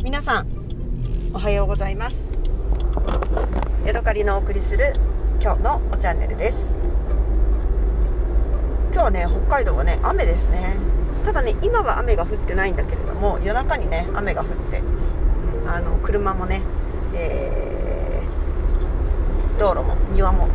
皆さんおはようございます。ヤドカリのお送りする今日のチャンネルです。今日はね、北海道はね雨ですね。ただね、今は雨が降ってないんだけれども、夜中にね雨が降って、車もね、道路も庭も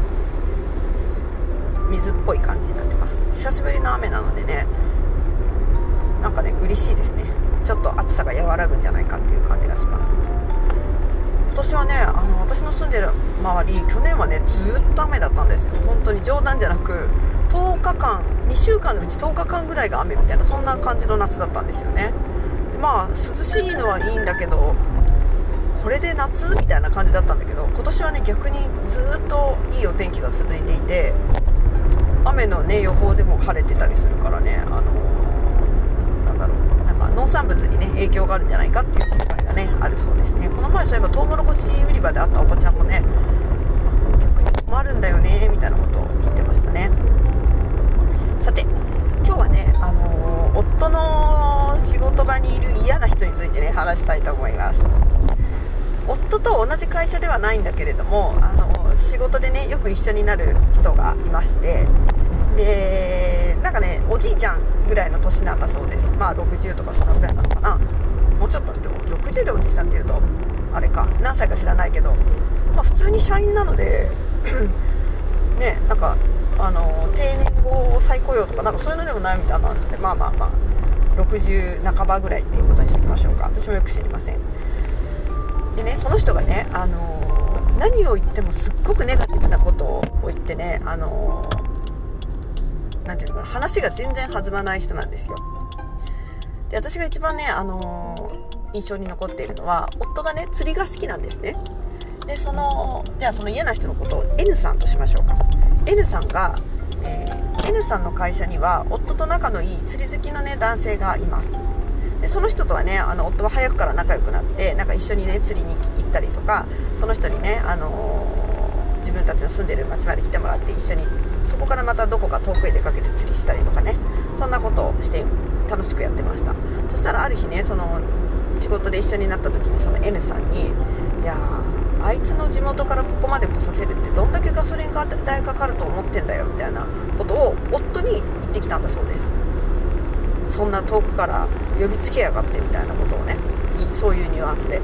水っぽい感じになってます。久しぶりの雨なのでね、なんかね嬉しいですね。ちょっと暑さが和らぐんじゃないかっていう感じがします。今年はね、私の住んでる周り、去年はねずっと雨だったんですよ。本当に冗談じゃなく、10日間2週間のうち10日間ぐらいが雨みたいな、そんな感じの夏だったんですよね。でまあ涼しいのはいいんだけど、これで夏みたいな感じだったんだけど、今年はね逆にずっといいお天気が続いていて、雨のね予報でも晴れてたりするからね、農産物にね影響があるんじゃないかっていう心配がねあるそうですね。この前そういえばトウモロコシ売り場で会ったおばちゃんもね、逆に困るんだよねみたいなことを言ってましたね。さて今日はね、夫の仕事場にいる嫌な人についてね話したいと思います。夫と同じ会社ではないんだけれども、仕事でねよく一緒になる人がいまして、でなんかねおじいちゃんぐらいの年なんだそうです。まあ60とかそのぐらいなのかな、もうちょっと60でおじいさんっていうとあれか、何歳か知らないけど、まあ普通に社員なのでね、なんか定年後再雇用とかなんかそういうのでもないみたいなので、まあ60半ばぐらいっていうことにしておきましょうか。私もよく知りません。でね、その人がね、何を言ってもすっごくネガティブなことを言ってね、なんていうのかな、話が全然弾まない人なんですよ。で私が一番ね、印象に残っているのは、夫がね釣りが好きなんですね。でじゃあその嫌な人のことを N さんとしましょうか。 N さんが、N さんの会社には夫と仲のいい釣り好きのね男性がいます。でその人とはね、夫は早くから仲良くなって、なんか一緒にね釣りに行ったりとか、その人にね、自分たちの住んでる町まで来てもらって、一緒にそこからまたどこか遠くへ出かけて釣りしたりとかね、そんなことをして楽しくやってました。そしたらある日ね、その仕事で一緒になった時にその N さんに、いやー、あいつの地元からここまで来させるってどんだけガソリン代かかると思ってんだよみたいなことを夫に言ってきたんだそうです。そんな遠くから呼びつけやがってみたいなことをね、そういうニュアンス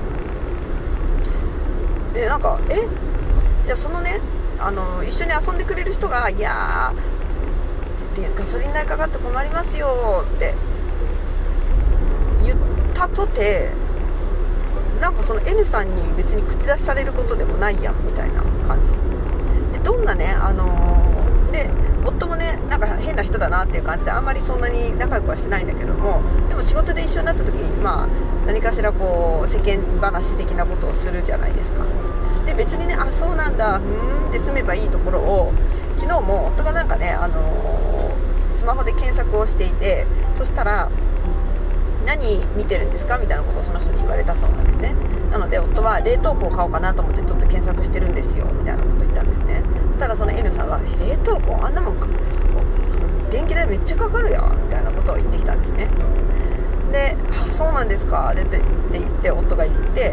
でなんかじゃあそのね、一緒に遊んでくれる人が、いやーガソリン代かかって困りますよって言ったとて、なんかその N さんに別に口出しされることでもないやんみたいな感じで、どんなね、で夫もねなんか変な人だなっていう感じで、あんまりそんなに仲良くはしてないんだけども、でも仕事で一緒になった時に、まあ何かしらこう世間話的なことをするじゃないですか。で別にね、あ、そうなんだ、で済めばいいところを、昨日も夫がなんかね、スマホで検索をしていて、そしたら何見てるんですかみたいなことをその人に言われたそうなんですね。なので夫は冷凍庫を買おうかなと思ってちょっと検索してるんですよみたいなことを言ったんですね。そしたらその N さんは、冷凍庫あんなもん電気代めっちゃかかるよみたいなことを言ってきたんですね。で、あ、そうなんですかって言って夫が言って、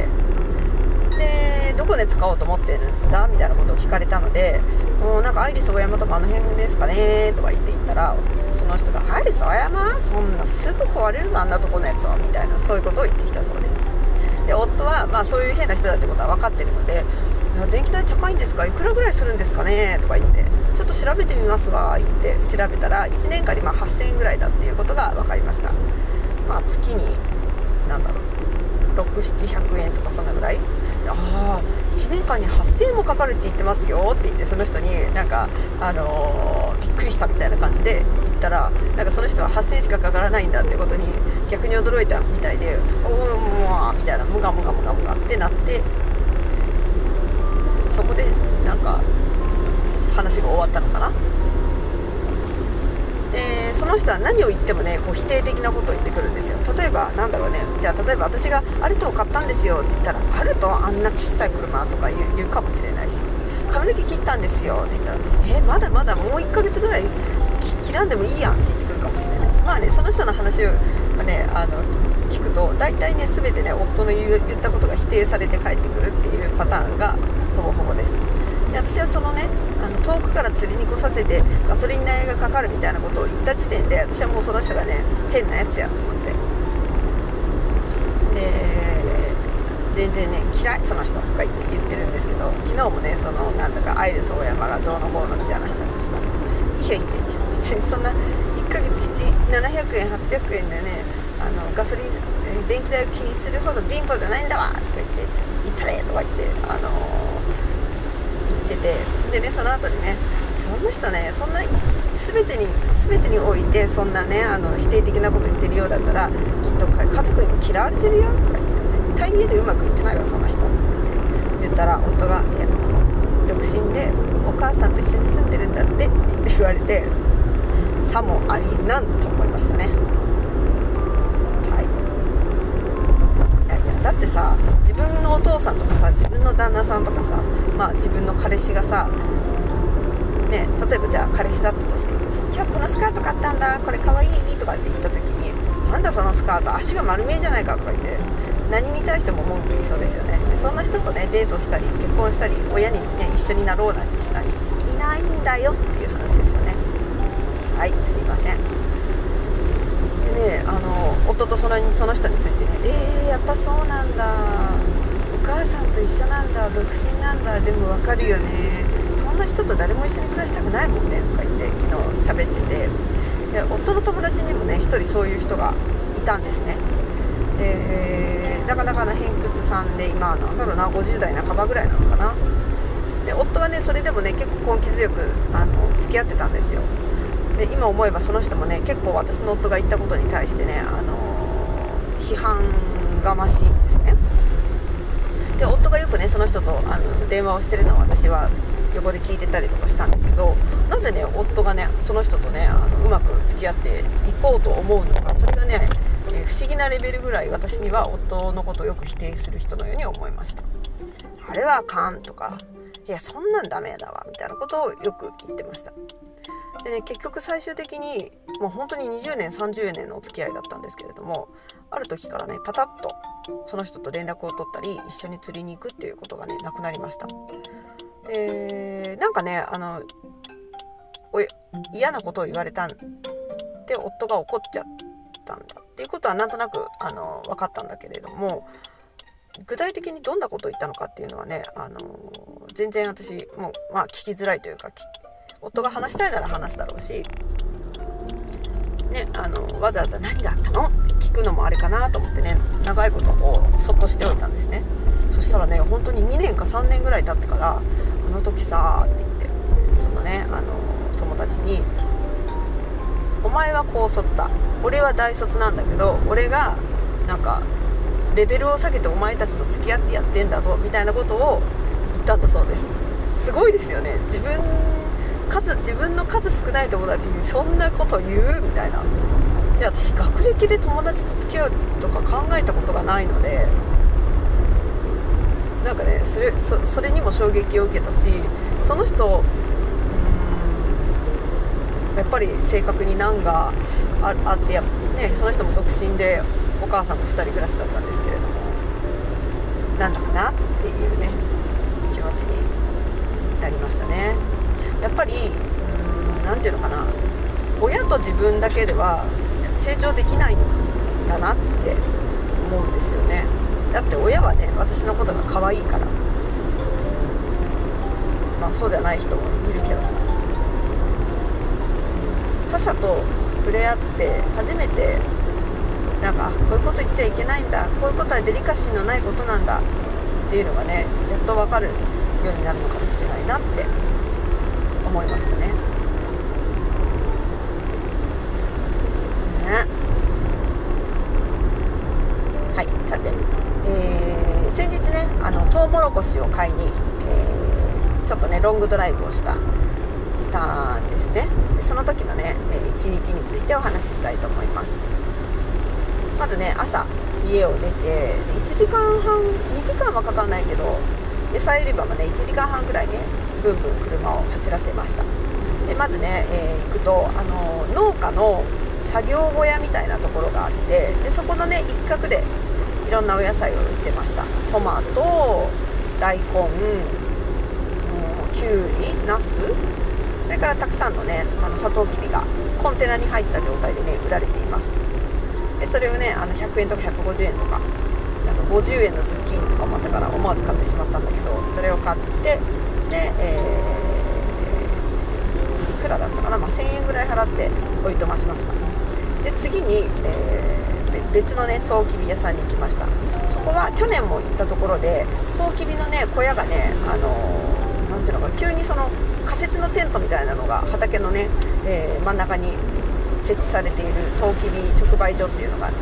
でどこで使おうと思ってるんだみたいなことを聞かれたので、もうなんかアイリスオーヤマとかあの辺ですかねとか言ったら、その人が、アイリスオーヤマそんなすぐ壊れるぞあんなとこのやつはみたいな、そういうことを言ってきたそうです。で夫はまあそういう変な人だってことは分かってるので、電気代高いんですか、いくらぐらいするんですかねとか言って、ちょっと調べてみますわ言って調べたら、1年間にまあ8000円ぐらいだっていうことが分かりました。まあ月になんだろう、600-700円とかそんなぐらい。ああ、1年間に8000円もかかるって言ってますよって言って、その人になんか、びっくりしたみたいな感じで言ったら、なんかその人は8000円しかかからないんだってことに逆に驚いたみたいで、おーもうみたいな、ムガってなって、そこでなんか話が終わったのかな。でその人は何を言ってもね、こう否定的なことを言ってくるんですよ。例えばなんだろうね、じゃあ例えば私がアルトを買ったんですよって言ったら、アルトあんな小さい車とか言うかもしれないし、髪の毛切ったんですよって言ったら、まだまだもう1ヶ月ぐらい切らんでもいいやんって言ってくるかもしれないし、まあね、その人の話をね、聞くと大体ね全てね夫の言ったことが否定されて帰ってくるっていうパターンがほぼほぼです。で私はそのね遠くから釣りに来させてガソリン代がかかるみたいなことを言った時点で私はもうその人がね変なやつやと思って、で全然ね嫌いその人とか言ってるんですけど、昨日もねそのなんだかアイリスオーヤマがどうのこうのみたいな話をしたの。いやいやいや別にそんな1ヶ月700円800円でねガソリン電気代を気にするほど貧乏じゃないんだわとか言って言ったれとか言って言ってて、でねその後にねそんな人ねそんな全てにおいてそんなね否定的なこと言ってるようだったらきっと家族にも嫌われてるよとか言って絶対家でうまくいってないわそんな人って言ったら夫がいや独身でお母さんと一緒に住んでるんだって言われてさもありなんと思いましたね。はい、いやだってさ自分のお父さんとかさ自分の旦那さんとかさ自分の彼氏がさね、例えばじゃあ彼氏だったとして今日このスカート買ったんだこれかわいいとかって言った時になんだそのスカート足が丸見えじゃないかとか言って何に対しても文句言いそうですよね。でそんな人とねデートしたり結婚したり親にね一緒になろうなんてしたりいないんだよっていう話ですよね。はいすいません。でね夫とその人についてねやっぱそうなんだお母さんと一緒なんだ独身なんだでもわかるよねそんな人と誰も一緒に暮らしたくないもんねとか言って昨日喋ってて、で夫の友達にもね一人そういう人がいたんですね。なかなかの偏屈さんで今なんだろうな50代半ばぐらいなのかな。で夫はねそれでもね結構根気強く付き合ってたんですよ。で今思えばその人もね結構私の夫が言ったことに対してね批判がましいんですね。で夫がよくねその人と電話をしてるのを私は横で聞いてたりとかしたんですけど、なぜね夫がねその人とねうまく付き合っていこうと思うのか、それがね、不思議なレベルぐらい私には夫のことをよく否定する人のように思いました。あれはあかんとかいやそんなんダメだわみたいなことをよく言ってました。でね結局最終的にもう本当に20年30年のお付き合いだったんですけれども、ある時からねパタッとその人と連絡を取ったり一緒に釣りに行くっていうことがねなくなりました。なんかね嫌なことを言われたんで夫が怒っちゃったんだっていうことはなんとなく分かったんだけれども、具体的にどんなことを言ったのかっていうのはね全然私も聞きづらいというか、夫が話したいなら話すだろうし、ね、わざわざ何があったのって聞くのもあれかなと思ってね長いことをそっとしておいたんですね。そしたらね本当に2年か3年ぐらい経ってからあの時さって言ってそのね友達にお前は高卒だ俺は大卒なんだけど俺がなんかレベルを下げてお前たちと付き合ってやってんだぞみたいなことを言ったんだそうです。すごいですよね。自分の数少ない友達にそんなこと言うみたいな。で私学歴で友達と付き合うとか考えたことがないのでなんかねそれにも衝撃を受けたし、その人やっぱり性格に難があってね、その人も独身でお母さんと2人暮らしだったんですけれどもなんだかなっていうね気持ちになりましたね。やっぱりなんていうのかな、親と自分だけでは成長できないんだなって思うんですよね。だって親はね私のことが可愛いから、そうじゃない人もいるけどさ、他者と触れ合って初めてなんかこういうこと言っちゃいけないんだ、こういうことはデリカシーのないことなんだっていうのがねやっと分かるようになるのかもしれないなって思いましたね。はい、さて、先日ねトウモロコシを買いに、ちょっとねロングドライブをしたんですね。その時のね一日についてお話ししたいと思います。まずね朝家を出て1時間半2時間はかかんないけど野菜売り場まで1時間半ぐらいねブンブン車を走らせました。でまずね、行くと農家の作業小屋みたいなところがあって、でそこのね一角でいろんなお野菜を売ってました。トマト、大根、きゅうり、ナス、それからたくさんのねサトウキビがコンテナに入った状態でね売られています。でそれをね100円とか150円とか50円のズッキーニとかもあったから思わず買ってしまったんだけど、それを買ってで、いくらだったかな、1000円ぐらい払っておいとましました。で次に、別のねトウキビ屋さんに行きました。そこは去年も行ったところで、トウキビのね小屋がねなんていうのかな、急にその仮設のテントみたいなのが畑のね、真ん中に設置されているトウキビ直売所っていうのがあって、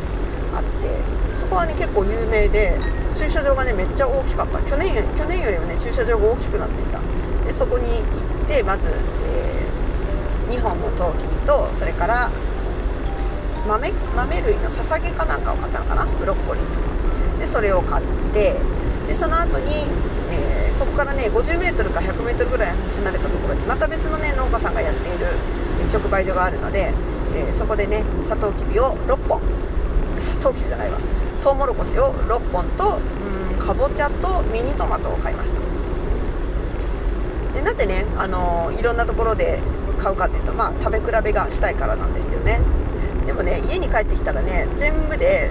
そこはね結構有名で、駐車場がねめっちゃ大きかった。去年よりもね駐車場が大きくなっていた。でそこに行ってまず、2本のトウキビと、それから豆類のささげかなんかを買ったのかな、ブロッコリーとかでそれを買って、でその後に、そこからね 50m か 100m ぐらい離れたところにまた別のね農家さんがやっている直売所があるので、そこでねサトウキビを6本、サトウキビじゃないわ、トウモロコシを6本とかぼちゃとミニトマトを買いました。でなぜねいろんなところで買うかっていうと、食べ比べがしたいからなんですよね。でもね家に帰ってきたらね全部で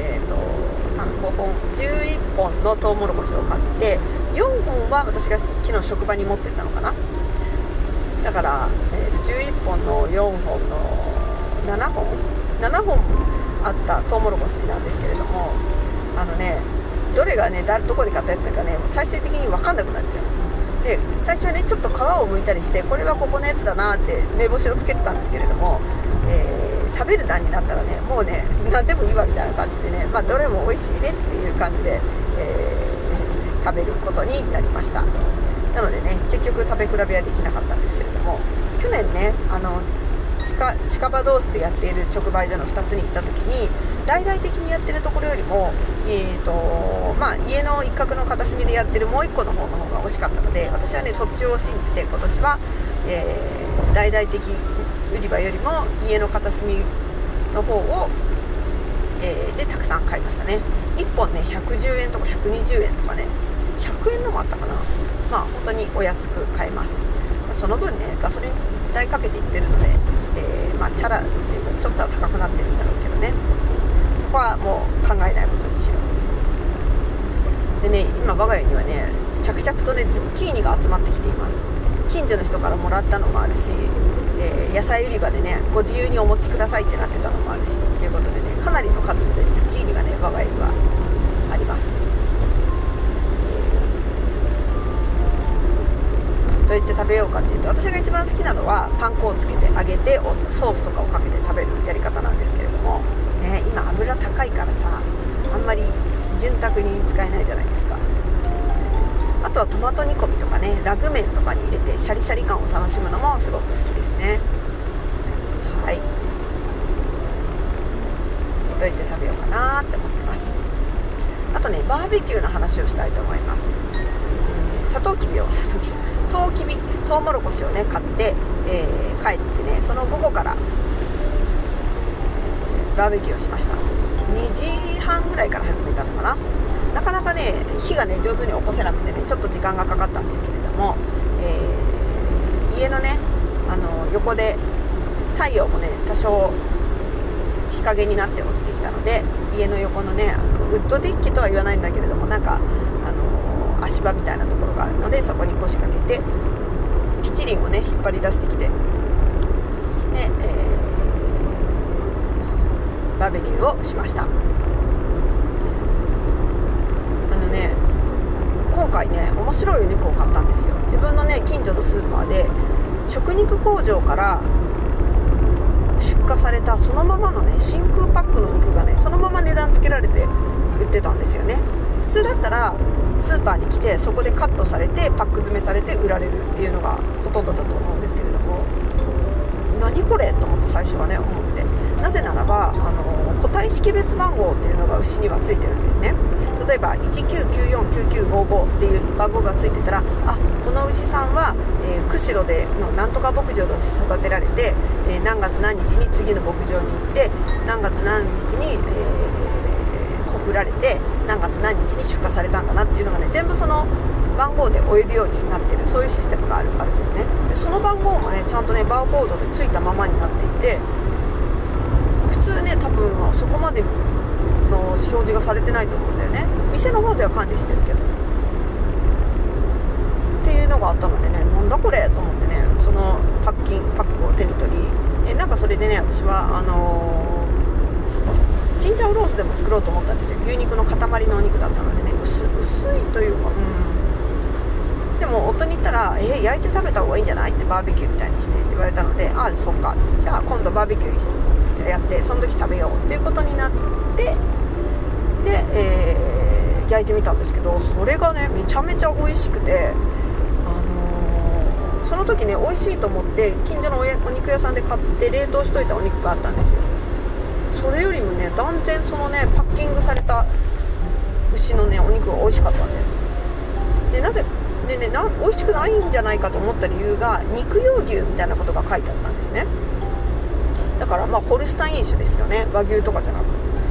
5本11本のトウモロコシを買って、4本は私が昨日職場に持ってったのかな。だから、11本の4本の7本あったトウモロコシなんですけれども、どれがねどこで買ったやつだかね最終的に分かんなくなっちゃう。で最初はねちょっと皮を剥いたりして、これはここのやつだなって目星をつけてたんですけれども、食べる段になったらねもうね何でもいいわみたいな感じでね、どれも美味しいねっていう感じで、食べることになりました。なのでね結局食べ比べはできなかったんですけれども、去年ね近場同士でやっている直売所の2つに行った時に、大々的にやってるところよりも、家の一角の片隅でやってるもう1個の方が美味しかったので、私はねそっちを信じて今年は、大々的売り場よりも家の片隅の方を、でたくさん買いましたね。1本ね110円とか120円とかね100円のもあったかな。本当にお安く買えます。その分ねガソリン代かけていってるので、チャラっていうかちょっとは高くなってるんだろうけどね、そこはもう考えないことにしよう。でね今我が家にはね着々とねズッキーニが集まってきています。近所の人からもらったのもあるし、野菜売り場でねご自由にお持ちくださいってなってたのもあるしということでね、かなりの数でズッキーニがね我が家にはあります。どうやって食べようかっていうと、私が一番好きなのはパン粉をつけて揚げてソースとかをかけて食べるやり方なんですけれども、今油高いからさあんまり潤沢に使えないじゃないですか。あとはトマト煮込みとかねラグ麺とかに入れてシャリシャリ感を楽しむのもすごく好きですね。はい、どうやって食べようかなって思ってます。あとねバーベキューの話をしたいと思います。トウモロコシをね買って、帰ってねその午後からバーベキューをしました。2時半ぐらいから始めたのかな。なかなかね火がね上手に起こせなくてねちょっと時間がかかったんですけれども、家のね横で太陽もね多少日陰になって落ちてきたので、家の横のねウッドデッキとは言わないんだけれども、なんか足場みたいなところがあるのでそこに腰掛けて七輪をね引っ張り出してきて、で、バーベキューをしました。今回ね面白いお肉を買ったんですよ。自分のね近所のスーパーで食肉工場から出荷されたそのままのね真空パックの肉がねそのまま値段つけられて売ってたんですよね。普通だったらスーパーに来てそこでカットされてパック詰めされて売られるっていうのがほとんどだと思うんですけれども、何これと思って最初はね思って、なぜならば個体識別番号っていうのが牛にはついてるんですね。 例えば19949955っていう番号がついてたら、この牛さんは、釧路でのなんとか牧場で育てられて、何月何日に次の牧場に行って何月何日に、ほふられて何月何日に出荷されたんだなっていうのがね、全部その番号で追えるようになってる、そういうシステムがあるんですね。でその番号もねちゃんとねバーコードでついたままになっていて、普通ね多分そこまでの表示がされてないと思うんだよね。店の方では管理してるけどっていうのがあったのでね、なんだこれと思ってね、そのパックを手に取り、なんかそれでね私はチンジャオロースでも作ろうと思ったんですよ。牛肉の塊のお肉だったのでね、薄いというか、でも夫に言ったら焼いて食べた方がいいんじゃないって、バーベキューみたいにしてって言われたので、そっか、じゃあ今度バーベキューやってその時食べようっていうことになって、で、焼いてみたんですけど、それがねめちゃめちゃ美味しくて、その時ね美味しいと思って近所のお肉屋さんで買って冷凍しといたお肉があったんですよ。それよりもね断然そのねパッキングされた牛のねお肉が美味しかったんです。でなぜでね美味しくないんじゃないかと思った理由が、肉用牛みたいなことが書いてあったんですね。だからホルスタイン種ですよね、和牛とかじゃなく。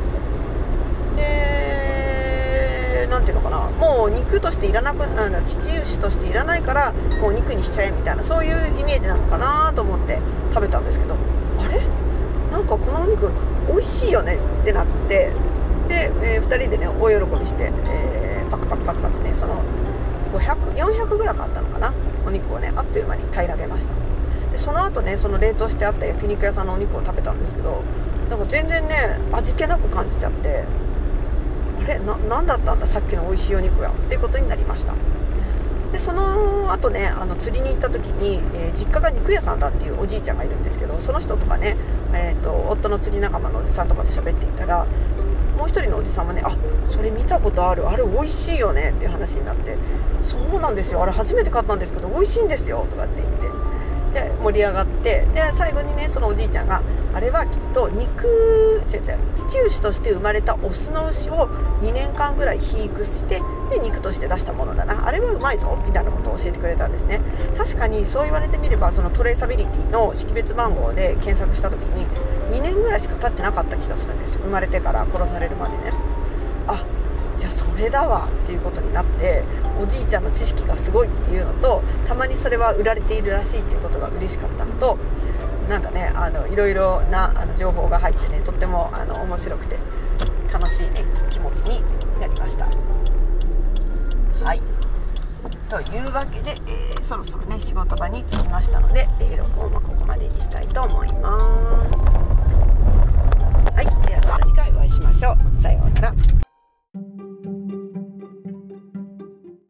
でなんていうのかな、もう肉としていらなく、乳牛としていらないからもう肉にしちゃえみたいな、そういうイメージなのかなと思って食べたんですけど、あれなんかこのお肉美味しいよねってなって、で、2人でね大喜びして、パクパクってね、その400g あったのかな、お肉をねあっという間に平らげました。でその後ねその冷凍してあった焼肉屋さんのお肉を食べたんですけど、なんか全然ね味気なく感じちゃって、あれなんだったんださっきの美味しいお肉やっていうことになりました。でその後ね釣りに行った時に、実家が肉屋さんだっていうおじいちゃんがいるんですけど、その人とかね、夫の釣り仲間のおじさんとかと喋っていたら、もう一人のおじさんはね、それ見たことある、あれ美味しいよねっていう話になって、そうなんですよ、あれ初めて買ったんですけど美味しいんですよとかって言って、で盛り上がって、で最後にねそのおじいちゃんが、あれはきっと乳牛として生まれたオスの牛を2年間ぐらい肥育してで肉として出したものだな、あれはうまいぞみたいなことを教えてくれたんですね。確かにそう言われてみれば、そのトレーサビリティの識別番号で検索した時に2年ぐらいしか経ってなかった気がするんですよ、生まれてから殺されるまでね。じゃあそれだわっていうことになって、おじいちゃんの知識がすごいっていうのと、たまにそれは売られているらしいっていうことが嬉しかったのと、なんかねいろいろな情報が入ってね、とっても面白くて楽しいね気持ちになりました。はい、というわけで、そろそろね仕事場に着きましたので、録音はここまでにしたいと思います。